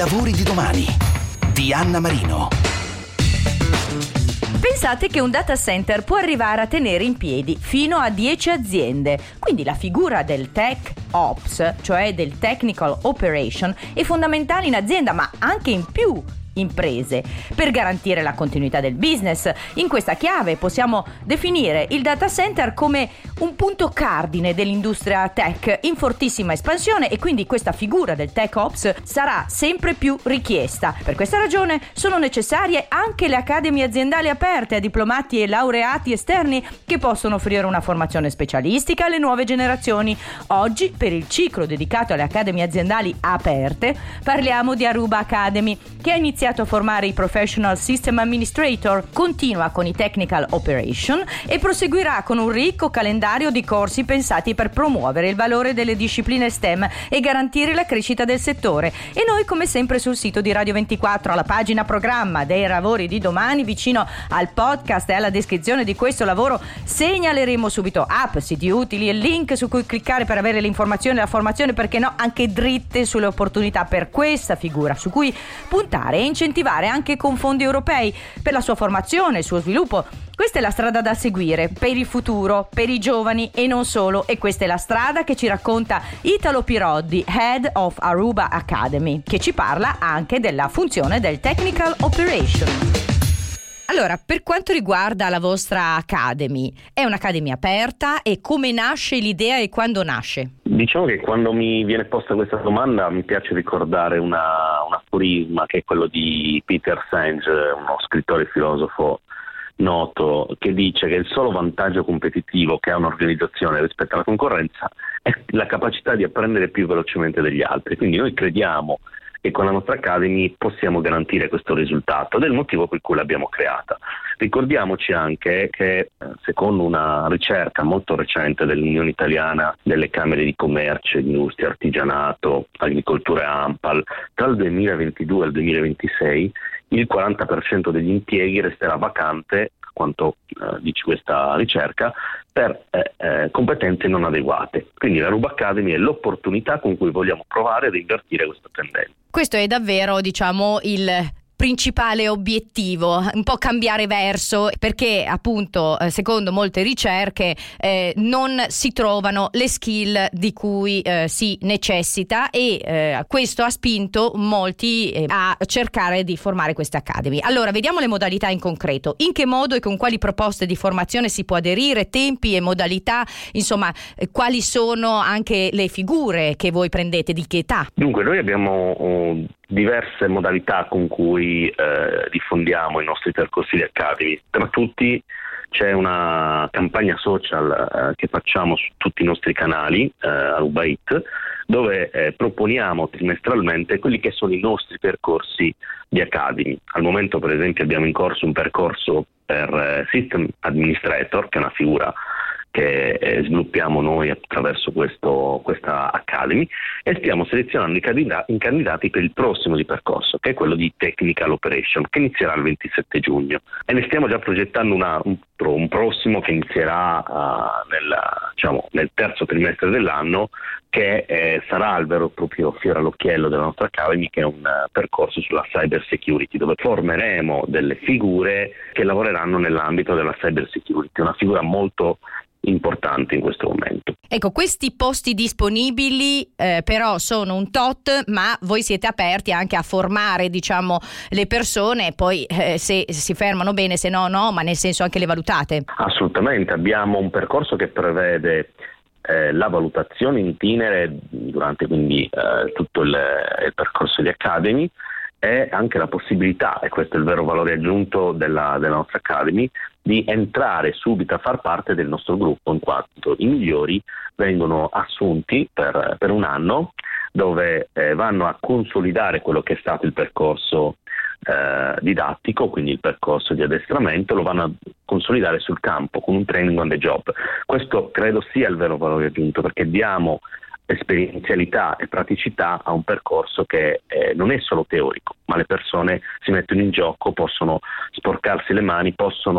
lavori di domani di Anna Marino. Pensate che un data center può arrivare a tenere in piedi fino a 10 aziende, quindi la figura del Tech Ops, cioè del Technical Operation, è fondamentale in azienda, ma anche in più imprese, per garantire la continuità del business. In questa chiave possiamo definire il data center come un punto cardine dell'industria tech in fortissima espansione, e quindi questa figura del Tech Ops sarà sempre più richiesta. Per questa ragione sono necessarie anche le accademie aziendali aperte a diplomati e laureati esterni che possono offrire una formazione specialistica alle nuove generazioni. Oggi, per il ciclo dedicato alle accademie aziendali aperte, parliamo di Aruba Academy, che ha iniziato a formare i Professional System Administrator, continua con i Technical Operation e proseguirà con un ricco calendario di corsi pensati per promuovere il valore delle discipline STEM e garantire la crescita del settore. E noi, come sempre, sul sito di Radio 24, alla pagina programma dei lavori di domani, vicino al podcast e alla descrizione di questo lavoro, segnaleremo subito app, siti utili e link su cui cliccare per avere le informazioni e la formazione, perché no, anche dritte sulle opportunità per questa figura, su cui puntare e incentivare anche con fondi europei per la sua formazione, il suo sviluppo. Questa è la strada da seguire per il futuro, per i giovani e non solo, e questa è la strada che ci racconta Italo Piroddi, Head of Aruba Academy, che ci parla anche della funzione del Technical Operation. Allora, per quanto riguarda la vostra Academy, è un'Academy aperta, e come nasce l'idea e quando nasce? Diciamo che quando mi viene posta questa domanda mi piace ricordare un aforisma che è quello di Peter Senge, uno scrittore e filosofo noto, che dice che il solo vantaggio competitivo che ha un'organizzazione rispetto alla concorrenza è la capacità di apprendere più velocemente degli altri. Quindi noi crediamo che con la nostra Academy possiamo garantire questo risultato, ed è il motivo per cui l'abbiamo creata. Ricordiamoci anche che, secondo una ricerca molto recente dell'Unione Italiana delle Camere di Commercio, Industria, Artigianato, Agricoltura e ANPAL, tra il 2022 e il 2026 il 40% degli impieghi resterà vacante, quanto dice questa ricerca, per competenze non adeguate. Quindi la Aruba Academy è l'opportunità con cui vogliamo provare ad invertire questa tendenza. Questo è davvero, diciamo, il principale obiettivo, un po' cambiare verso, perché appunto secondo molte ricerche non si trovano le skill di cui si necessita, e questo ha spinto molti a cercare di formare queste Academy. Allora, vediamo le modalità in concreto. In che modo e con quali proposte di formazione si può aderire, tempi e modalità, insomma, quali sono anche le figure che voi prendete, di che età? Dunque, noi abbiamo diverse modalità con cui diffondiamo i nostri percorsi di Academy. Tra tutti c'è una campagna social che facciamo su tutti i nostri canali, Aruba It, dove proponiamo trimestralmente quelli che sono i nostri percorsi di Academy. Al momento, per esempio, abbiamo in corso un percorso per System Administrator, che è una figura che sviluppiamo noi attraverso questa Academy, e stiamo selezionando i candidati per il prossimo di percorso, che è quello di Technical Operation, che inizierà il 27 giugno. E ne stiamo già progettando un prossimo che inizierà nel terzo trimestre dell'anno, che sarà il vero e proprio fiore all'occhiello della nostra Academy, che è un percorso sulla cyber security, dove formeremo delle figure che lavoreranno nell'ambito della cyber security, una figura molto importante in questo momento. Ecco, questi posti disponibili però sono un tot, ma voi siete aperti anche a formare, diciamo, le persone, poi se si fermano bene, se no, ma nel senso anche le valutate? Assolutamente, abbiamo un percorso che prevede la valutazione in itinere durante quindi tutto il percorso di Academy, e anche la possibilità, e questo è il vero valore aggiunto della nostra Academy, di entrare subito a far parte del nostro gruppo, in quanto i migliori vengono assunti per un anno, dove vanno a consolidare quello che è stato il percorso didattico, quindi il percorso di addestramento, lo vanno a consolidare sul campo con un training on the job. Questo credo sia il vero valore aggiunto, perché diamo esperienzialità e praticità a un percorso che non è solo teorico, ma le persone si mettono in gioco, possono sporcarsi le mani, possono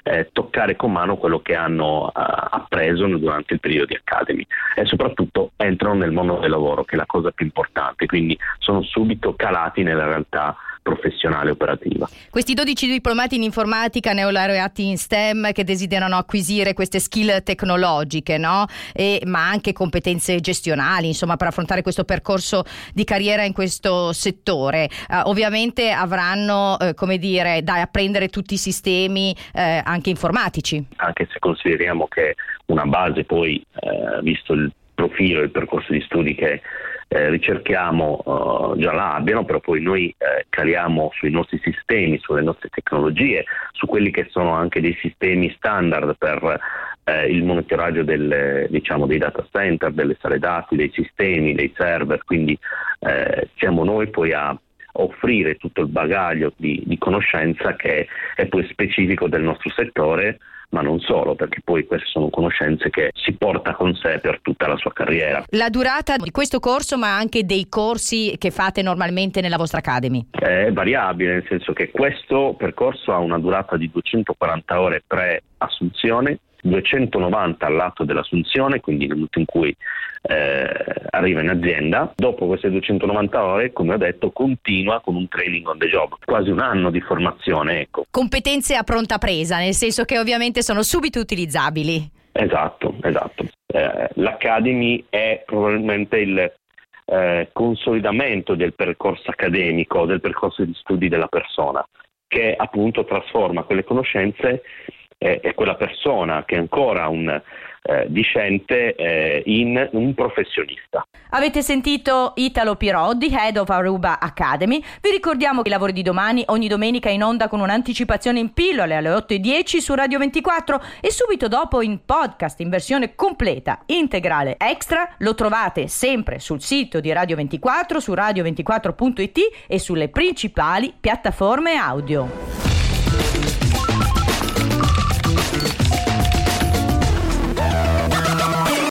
toccare con mano quello che hanno appreso durante il periodo di Academy, e soprattutto entrano nel mondo del lavoro, che è la cosa più importante, quindi sono subito calati nella realtà professionale operativa. Questi 12 diplomati in informatica, neolaureati in STEM, che desiderano acquisire queste skill tecnologiche, no? Ma anche competenze gestionali, insomma, per affrontare questo percorso di carriera in questo settore. Ovviamente avranno, da apprendere tutti i sistemi anche informatici. Anche se consideriamo che una base poi, visto il profilo e il percorso di studi che ricerchiamo, già la abbiano, però poi noi caliamo sui nostri sistemi, sulle nostre tecnologie, su quelli che sono anche dei sistemi standard per il monitoraggio dei data center, delle sale dati, dei sistemi, dei server, quindi siamo noi poi a offrire tutto il bagaglio di conoscenza che è poi specifico del nostro settore, ma non solo, perché poi queste sono conoscenze che si porta con sé per tutta la sua carriera. La durata di questo corso, ma anche dei corsi che fate normalmente nella vostra Academy? È variabile, nel senso che questo percorso ha una durata di 240 ore pre-assunzione, 290 al lato dell'assunzione, quindi nel momento in cui arriva in azienda. Dopo queste 290 ore, come ho detto, continua con un training on the job, quasi un anno di formazione, ecco. Competenze a pronta presa, nel senso che ovviamente sono subito utilizzabili. Esatto. L'Academy è probabilmente il consolidamento del percorso accademico, del percorso di studi della persona, che appunto trasforma quelle conoscenze e quella persona che è ancora un discente in un professionista. Avete sentito Italo Pirò, Head of Aruba Academy. Vi ricordiamo che i lavori di domani ogni domenica in onda con un'anticipazione in pillole alle 8:10 su Radio 24 e subito dopo in podcast in versione completa, integrale, extra. Lo trovate sempre sul sito di Radio 24, su radio24.it e sulle principali piattaforme audio.